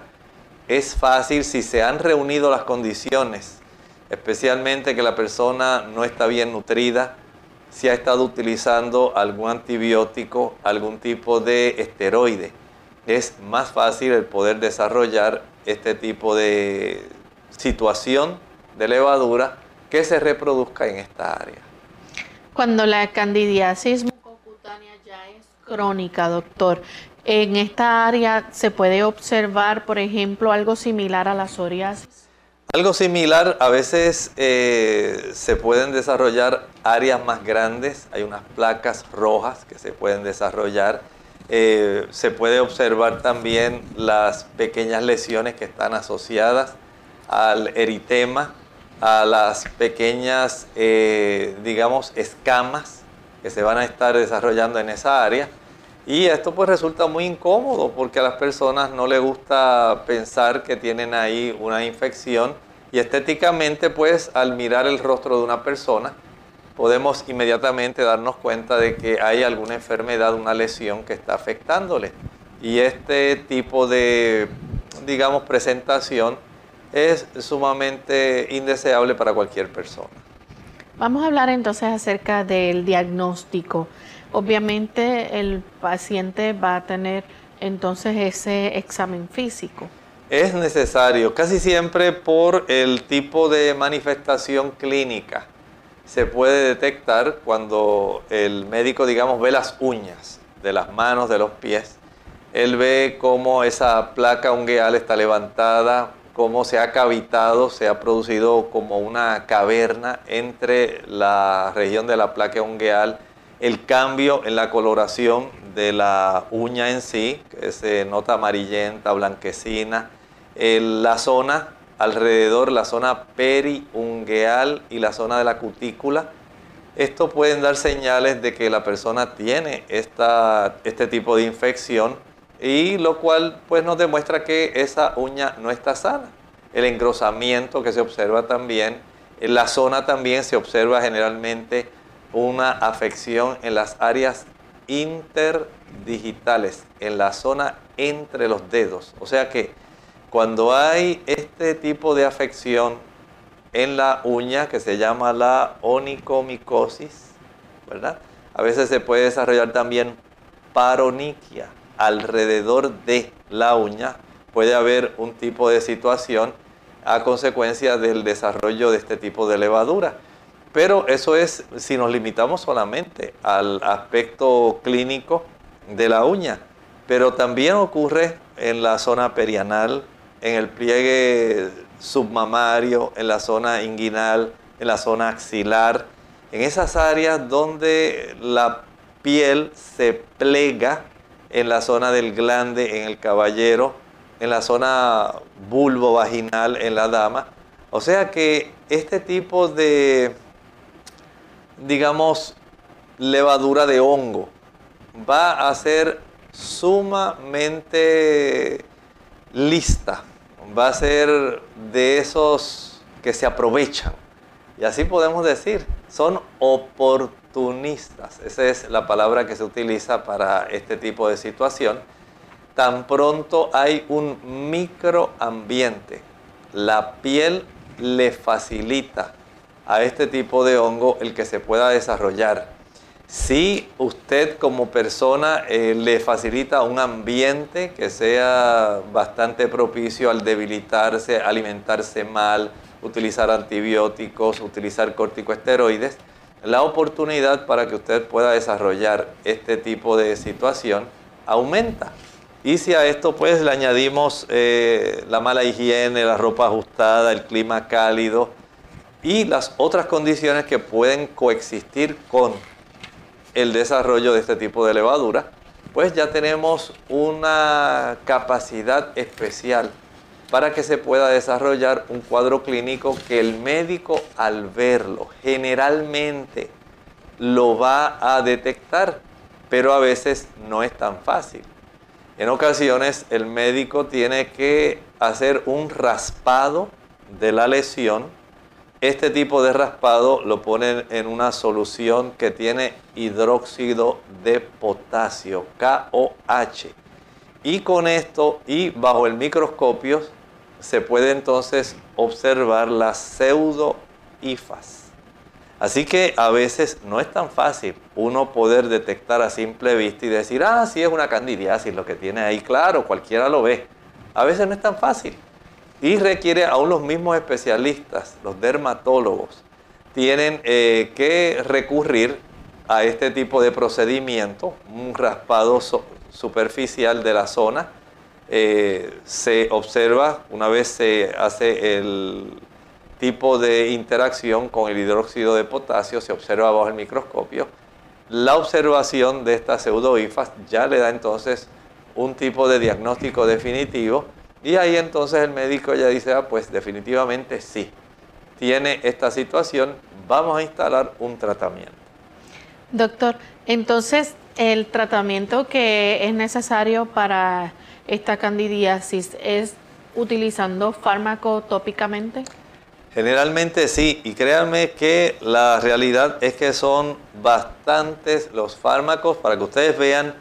Es fácil si se han reunido las condiciones, especialmente que la persona no está bien nutrida, si ha estado utilizando algún antibiótico, algún tipo de esteroide. Es más fácil el poder desarrollar este tipo de situación de levadura que se reproduzca en esta área. Cuando la candidiasis mucocutánea ya es crónica, doctor, en esta área se puede observar, por ejemplo, algo similar a la psoriasis. Algo similar, a veces eh, se pueden desarrollar áreas más grandes, hay unas placas rojas que se pueden desarrollar. Eh, se puede observar también las pequeñas lesiones que están asociadas al eritema, a las pequeñas, eh, digamos, escamas que se van a estar desarrollando en esa área. Y esto pues resulta muy incómodo porque a las personas no les gusta pensar que tienen ahí una infección y estéticamente pues al mirar el rostro de una persona podemos inmediatamente darnos cuenta de que hay alguna enfermedad, una lesión que está afectándole. Y este tipo de, digamos, presentación es sumamente indeseable para cualquier persona. Vamos a hablar entonces acerca del diagnóstico. Obviamente el paciente va a tener entonces ese examen físico. Es necesario, casi siempre por el tipo de manifestación clínica. Se puede detectar cuando el médico, digamos, ve las uñas de las manos, de los pies. Él ve cómo esa placa ungueal está levantada, cómo se ha cavitado, se ha producido como una caverna entre la región de la placa ungueal, el cambio en la coloración de la uña en sí, que se nota amarillenta, blanquecina, en la zona alrededor, la zona periungueal y la zona de la cutícula. Esto pueden dar señales de que la persona tiene esta, este tipo de infección y lo cual pues nos demuestra que esa uña no está sana. El engrosamiento que se observa también, en la zona también se observa generalmente una afección en las áreas interdigitales, en la zona entre los dedos. O sea que cuando hay este tipo de afección en la uña, que se llama la onicomicosis, ¿verdad? A veces se puede desarrollar también paroniquia alrededor de la uña. Puede haber un tipo de situación a consecuencia del desarrollo de este tipo de levadura. Pero eso es si nos limitamos solamente al aspecto clínico de la uña. Pero también ocurre en la zona perianal, en el pliegue submamario, en la zona inguinal, en la zona axilar, en esas áreas donde la piel se plega, en la zona del glande, en el caballero, en la zona vulvovaginal, en la dama. O sea que este tipo de, digamos, levadura de hongo va a ser sumamente lista, va a ser de esos que se aprovechan. Y así podemos decir, son oportunistas. Esa es la palabra que se utiliza para este tipo de situación. Tan pronto hay un microambiente, la piel le facilita a este tipo de hongo el que se pueda desarrollar. Si usted como persona eh, le facilita un ambiente que sea bastante propicio al debilitarse, alimentarse mal, utilizar antibióticos, utilizar corticosteroides, la oportunidad para que usted pueda desarrollar este tipo de situación aumenta. Y si a esto pues le añadimos eh, la mala higiene, la ropa ajustada, el clima cálido y las otras condiciones que pueden coexistir con el desarrollo de este tipo de levadura, pues ya tenemos una capacidad especial para que se pueda desarrollar un cuadro clínico que el médico al verlo generalmente lo va a detectar, pero a veces no es tan fácil. En ocasiones el médico tiene que hacer un raspado de la lesión. Este tipo de raspado lo ponen en una solución que tiene hidróxido de potasio, K O H. Y con esto y bajo el microscopio se puede entonces observar las pseudohifas. Así que a veces no es tan fácil uno poder detectar a simple vista y decir, ah, sí es una candidiasis lo que tiene ahí. Claro, cualquiera lo ve. A veces no es tan fácil. Y requiere, aún los mismos especialistas, los dermatólogos, tienen eh, que recurrir a este tipo de procedimiento, un raspado so- superficial de la zona. Eh, se observa, una vez se hace el tipo de interacción con el hidróxido de potasio, se observa bajo el microscopio. La observación de estas pseudohifas ya le da entonces un tipo de diagnóstico definitivo y ahí entonces el médico ya dice, ah, pues definitivamente sí, tiene esta situación, vamos a instalar un tratamiento. Doctor, entonces el tratamiento que es necesario para esta candidiasis es utilizando fármaco tópicamente. Generalmente sí, y créanme que la realidad es que son bastantes los fármacos para que ustedes vean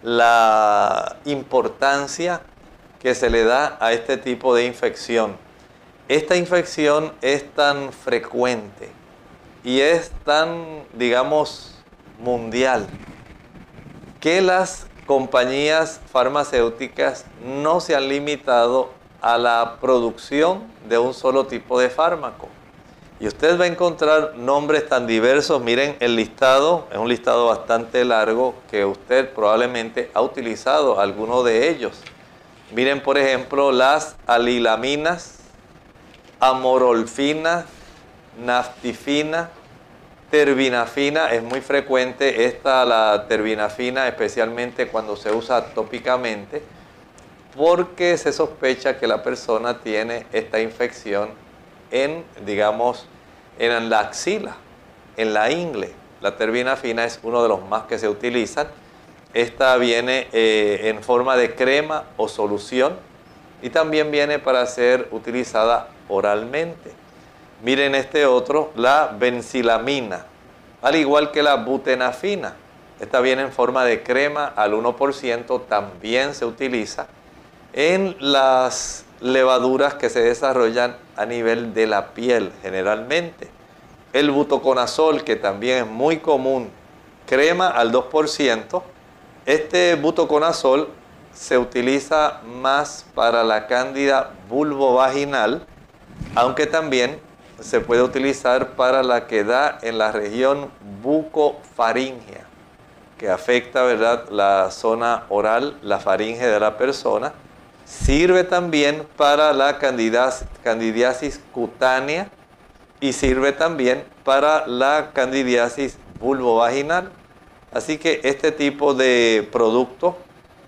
la importancia que se le da a este tipo de infección. Esta infección es tan frecuente y es tan, digamos, mundial, que las compañías farmacéuticas no se han limitado a la producción de un solo tipo de fármaco. Y usted va a encontrar nombres tan diversos. Miren el listado, es un listado bastante largo que usted probablemente ha utilizado alguno de ellos. Miren, por ejemplo, las alilaminas, amorolfina, naftifina, terbinafina. Es muy frecuente esta, la terbinafina, especialmente cuando se usa tópicamente, porque se sospecha que la persona tiene esta infección en, digamos, en la axila, en la ingle. La terbinafina es uno de los más que se utilizan. esta viene eh, en forma de crema o solución y también viene para ser utilizada oralmente. Miren este otro, la benzilamina, al igual que la butenafina. Esta viene en forma de crema al uno por ciento, también se utiliza en las levaduras que se desarrollan a nivel de la piel generalmente. El butoconazol, que también es muy común, crema al dos por ciento. Este butoconazol se utiliza más para la cándida vulvovaginal, aunque también se puede utilizar para la que da en la región bucofaringea, que afecta, ¿verdad?, la zona oral, la faringe de la persona. Sirve también para la candidiasis, candidiasis cutánea y sirve también para la candidiasis vulvovaginal. Así que este tipo de producto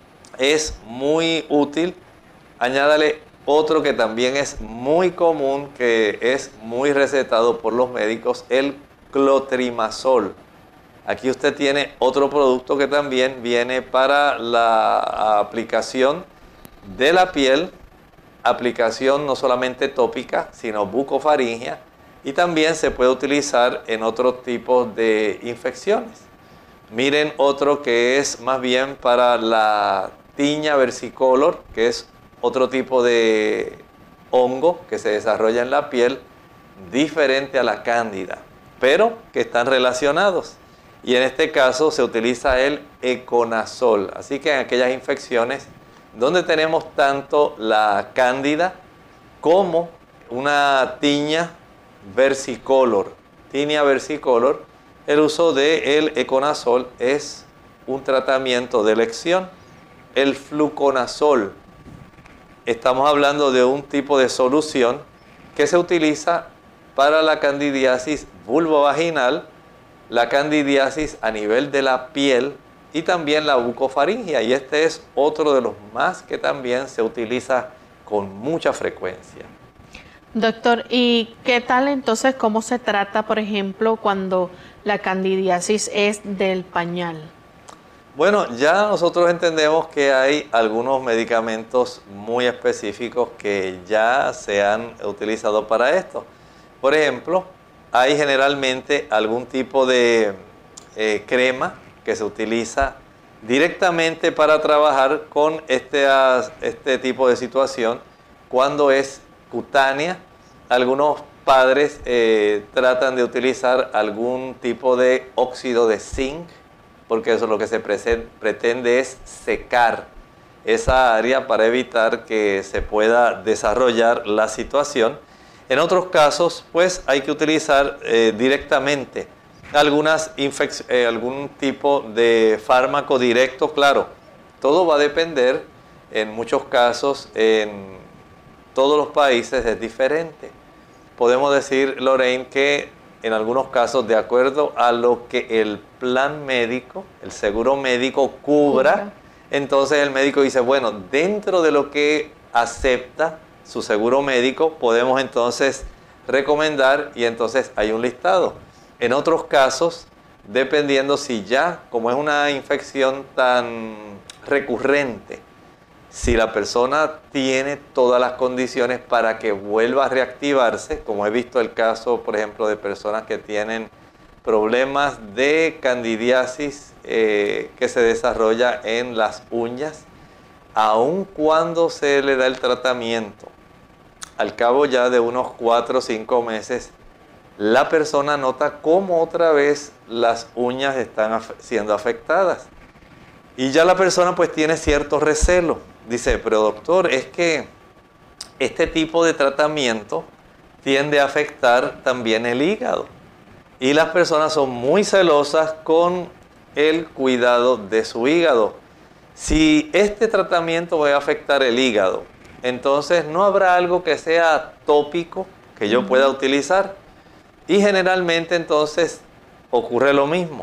es muy útil. Añádale otro que también es muy común, que es muy recetado por los médicos, el clotrimazol. Aquí usted tiene otro producto que también viene para la aplicación de la piel, aplicación no solamente tópica, sino bucofaringea, y también se puede utilizar en otros tipos de infecciones. Miren otro que es más bien para la tiña versicolor, que es otro tipo de hongo que se desarrolla en la piel, diferente a la cándida, pero que están relacionados. Y en este caso se utiliza el econazol. Así que en aquellas infecciones donde tenemos tanto la cándida como una tiña versicolor, tiña versicolor, el uso del econazol es un tratamiento de elección. El fluconazol, estamos hablando de un tipo de solución que se utiliza para la candidiasis vulvovaginal, la candidiasis a nivel de la piel y también la bucofaringea. Y este es otro de los más que también se utiliza con mucha frecuencia. Doctor, ¿y qué tal entonces cómo se trata, por ejemplo, cuando la candidiasis es del pañal? Bueno, ya nosotros entendemos que hay algunos medicamentos muy específicos que ya se han utilizado para esto. Por ejemplo, hay generalmente algún tipo de eh, crema que se utiliza directamente para trabajar con este, este tipo de situación cuando es cutánea. Algunos padres eh, tratan de utilizar algún tipo de óxido de zinc, porque eso lo que se pretende es secar esa área para evitar que se pueda desarrollar la situación. En otros casos, pues hay que utilizar eh, directamente algunas eh, algún tipo de fármaco directo. Claro, todo va a depender, en muchos casos, en todos los países es diferente. Podemos decir, Lorraine, que en algunos casos, de acuerdo a lo que el plan médico, el seguro médico cubra, Cubra. Entonces el médico dice, bueno, dentro de lo que acepta su seguro médico, podemos entonces recomendar, y entonces hay un listado. En otros casos, dependiendo si ya, como es una infección tan recurrente, si la persona tiene todas las condiciones para que vuelva a reactivarse, como he visto el caso, por ejemplo, de personas que tienen problemas de candidiasis eh, que se desarrolla en las uñas, aun cuando se le da el tratamiento, al cabo ya de unos cuatro o cinco meses, la persona nota cómo otra vez las uñas están af- siendo afectadas. Y ya la persona pues tiene cierto recelo. Dice, pero doctor, es que este tipo de tratamiento tiende a afectar también el hígado. Y las personas son muy celosas con el cuidado de su hígado. Si este tratamiento va a afectar el hígado, entonces no habrá algo que sea tópico que yo pueda utilizar. Y generalmente entonces ocurre lo mismo.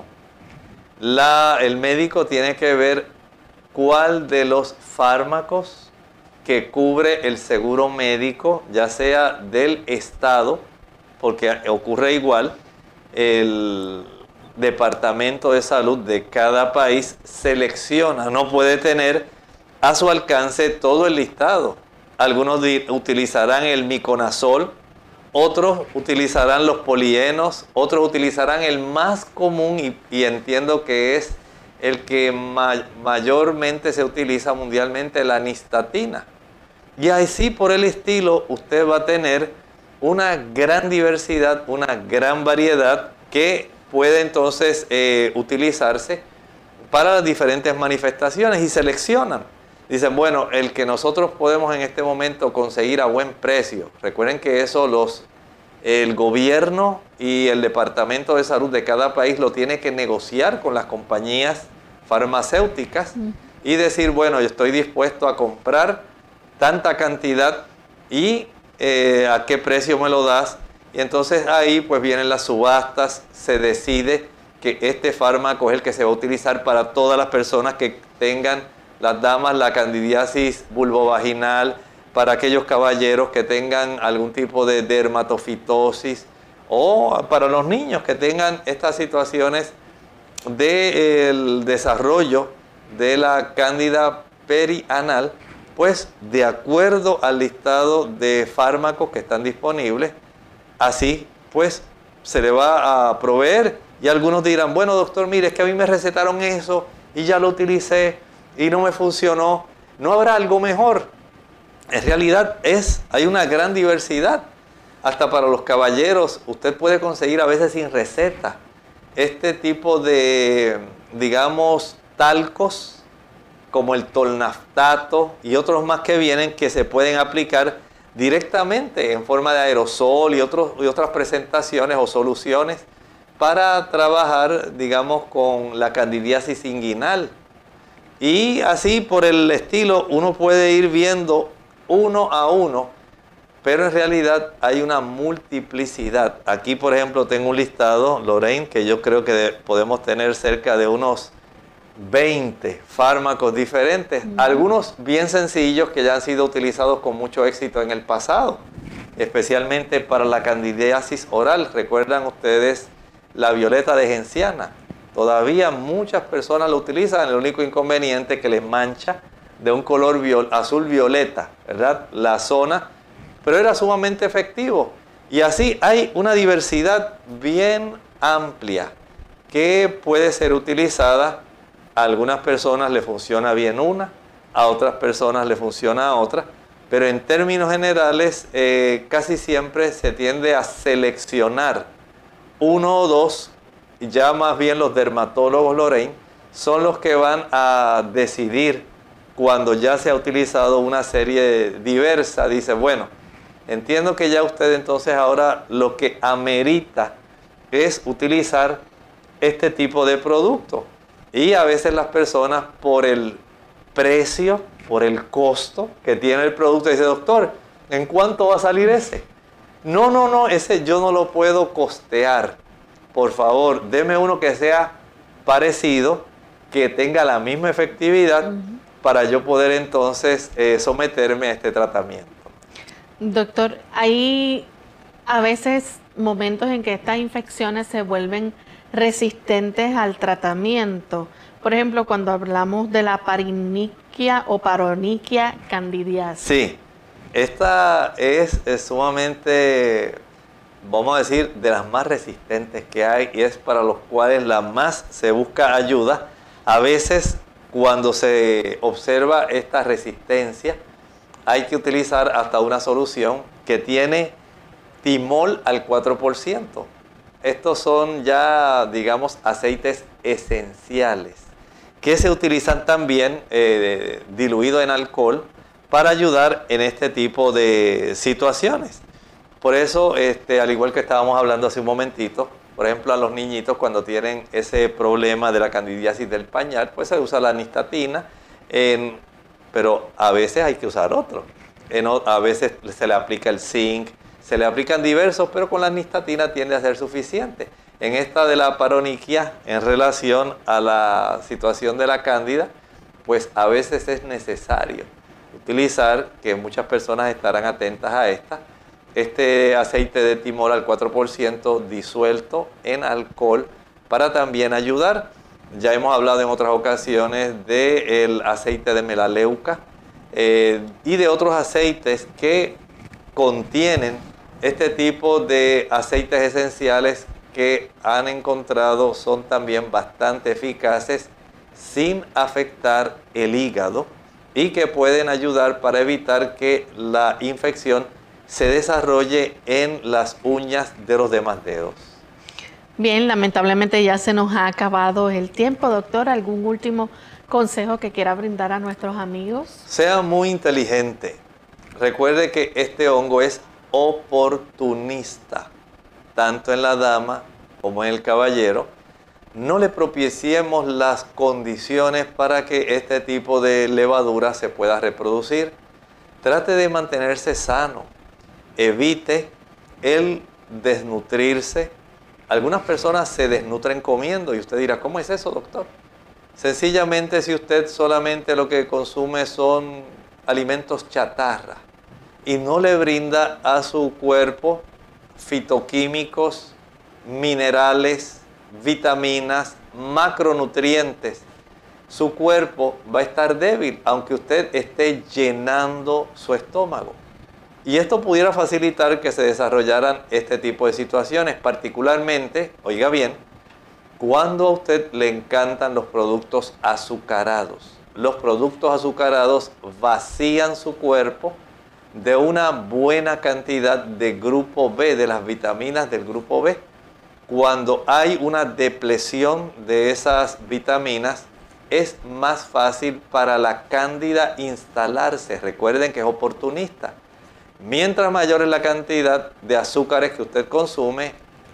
La, el médico tiene que ver cuál de los fármacos que cubre el seguro médico, ya sea del estado, porque ocurre igual, el, departamento de salud de cada país selecciona, no puede tener a su alcance todo el listado. Algunos utilizarán el miconazol, otros utilizarán los polienos, otros utilizarán el más común y, y entiendo que es el que ma mayormente se utiliza mundialmente, la nistatina. Y así por el estilo usted va a tener una gran diversidad, una gran variedad que puede entonces eh, utilizarse para las diferentes manifestaciones y seleccionan. Dicen, bueno, el que nosotros podemos en este momento conseguir a buen precio. Recuerden que eso los, el gobierno y el departamento de salud de cada país lo tiene que negociar con las compañías farmacéuticas mm. y decir, bueno, yo estoy dispuesto a comprar tanta cantidad y eh, a qué precio me lo das. Y entonces ahí pues vienen las subastas, se decide que este fármaco es el que se va a utilizar para todas las personas que tengan, las damas, la candidiasis vulvovaginal, para aquellos caballeros que tengan algún tipo de dermatofitosis o para los niños que tengan estas situaciones del desarrollo de la cándida perianal, pues de acuerdo al listado de fármacos que están disponibles, así pues se le va a proveer. Y algunos dirán, bueno doctor, mire, es que a mí me recetaron eso y ya lo utilicé y no me funcionó. ¿No habrá algo mejor? En realidad es, hay una gran diversidad. Hasta para los caballeros usted puede conseguir a veces sin receta este tipo de, digamos, talcos como el tolnaftato y otros más que vienen que se pueden aplicar directamente en forma de aerosol y, otros, y otras presentaciones o soluciones para trabajar, digamos, con la candidiasis inguinal. Y así por el estilo uno puede ir viendo uno a uno, pero en realidad hay una multiplicidad. Aquí, por ejemplo, tengo un listado, Lorraine, que yo creo que podemos tener cerca de unos veinte fármacos diferentes, mm. algunos bien sencillos que ya han sido utilizados con mucho éxito en el pasado, especialmente para la candidiasis oral. ¿Recuerdan ustedes la violeta de genciana? Todavía muchas personas lo utilizan, el único inconveniente es que les mancha de un color viol, azul violeta, ¿verdad? La zona, pero era sumamente efectivo. Y así hay una diversidad bien amplia que puede ser utilizada. A algunas personas le funciona bien una, a otras personas le funciona a otra, pero en términos generales eh, casi siempre se tiende a seleccionar uno o dos, y ya más bien los dermatólogos, Lorraine, son los que van a decidir cuando ya se ha utilizado una serie diversa. Dice, bueno, entiendo que ya usted entonces ahora lo que amerita es utilizar este tipo de producto. Y a veces las personas por el precio, por el costo que tiene el producto, dice, doctor, ¿en cuánto va a salir ese? No, no, no, ese yo no lo puedo costear. Por favor, deme uno que sea parecido, que tenga la misma efectividad, uh-huh, para yo poder entonces eh, someterme a este tratamiento. Doctor, hay a veces momentos en que estas infecciones se vuelven resistentes al tratamiento. Por ejemplo, cuando hablamos de la pariniquia o paroniquia candidiasis. Sí, esta es, es sumamente, vamos a decir, de las más resistentes que hay y es para los cuales la más se busca ayuda. A veces, cuando se observa esta resistencia, hay que utilizar hasta una solución que tiene timol al cuatro por ciento. Estos son ya, digamos, aceites esenciales que se utilizan también eh, diluido en alcohol para ayudar en este tipo de situaciones. Por eso, este, al igual que estábamos hablando hace un momentito, por ejemplo, a los niñitos cuando tienen ese problema de la candidiasis del pañal, pues se usa la nistatina, en, pero a veces hay que usar otro. En, a veces se le aplica el zinc, se le aplican diversos, pero con la nistatina tiende a ser suficiente. En esta de la paroniquia, en relación a la situación de la cándida, pues a veces es necesario utilizar, que muchas personas estarán atentas a esta, este aceite de timol al cuatro por ciento disuelto en alcohol para también ayudar. Ya hemos hablado en otras ocasiones del aceite de melaleuca eh, y de otros aceites que contienen este tipo de aceites esenciales que han encontrado son también bastante eficaces sin afectar el hígado y que pueden ayudar para evitar que la infección se desarrolle en las uñas de los demás dedos. Bien, lamentablemente ya se nos ha acabado el tiempo, doctor. ¿Algún último consejo que quiera brindar a nuestros amigos? Sea muy inteligente. Recuerde que este hongo es oportunista, tanto en la dama como en el caballero. No le propiciemos las condiciones para que este tipo de levadura se pueda reproducir. Trate de mantenerse sano. Evite el desnutrirse. Algunas personas se desnutren comiendo y usted dirá, ¿cómo es eso, doctor? Sencillamente, si usted solamente lo que consume son alimentos chatarra y no le brinda a su cuerpo fitoquímicos, minerales, vitaminas, macronutrientes, su cuerpo va a estar débil, aunque usted esté llenando su estómago. Y esto pudiera facilitar que se desarrollaran este tipo de situaciones, particularmente, oiga bien, cuando a usted le encantan los productos azucarados. Los productos azucarados vacían su cuerpo de una buena cantidad de grupo B, de las vitaminas del grupo B. Cuando hay una depleción de esas vitaminas, es más fácil para la cándida instalarse. Recuerden que es oportunista. Mientras mayor es la cantidad de azúcares que usted consume,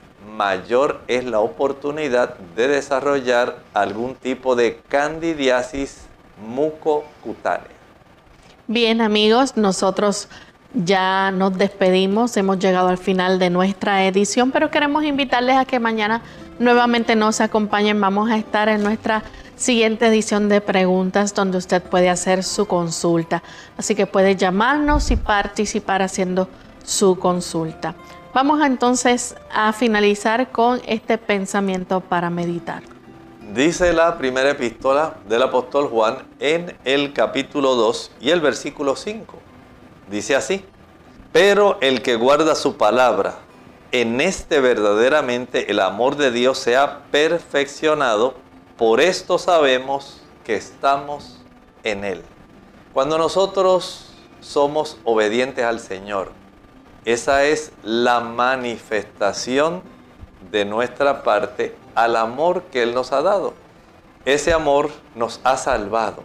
mayor es la oportunidad de desarrollar algún tipo de candidiasis mucocutánea. Bien, amigos, nosotros ya nos despedimos, hemos llegado al final de nuestra edición, pero queremos invitarles a que mañana nuevamente nos acompañen. Vamos a estar en nuestra siguiente edición de preguntas donde usted puede hacer su consulta. Así que puede llamarnos y participar haciendo su consulta. Vamos entonces a finalizar con este pensamiento para meditar. Dice la primera epístola del apóstol Juan en el capítulo dos y el versículo cinco. Dice así: pero el que guarda su palabra, en este verdaderamente el amor de Dios se ha perfeccionado. Por esto sabemos que estamos en Él. Cuando nosotros somos obedientes al Señor, esa es la manifestación de nuestra parte al amor que Él nos ha dado. Ese amor nos ha salvado.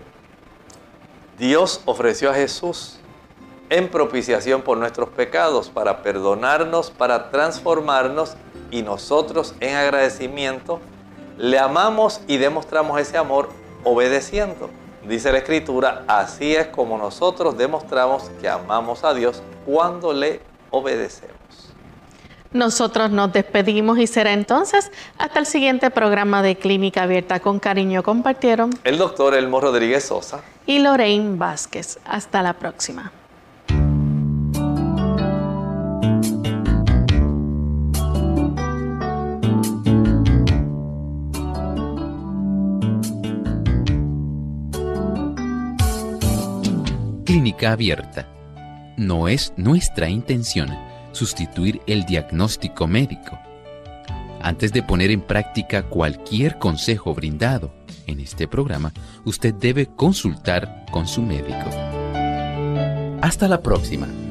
Dios ofreció a Jesús en propiciación por nuestros pecados, para perdonarnos, para transformarnos, y nosotros en agradecimiento le amamos y demostramos ese amor obedeciendo. Dice la Escritura, así es como nosotros demostramos que amamos a Dios cuando le obedecemos. Nosotros nos despedimos y será entonces hasta el siguiente programa de Clínica Abierta. Con cariño compartieron el doctor Elmo Rodríguez Sosa y Lorraine Vázquez. Hasta la próxima. Clínica Abierta. No es nuestra intención sustituir el diagnóstico médico. Antes de poner en práctica cualquier consejo brindado en este programa, usted debe consultar con su médico. Hasta la próxima.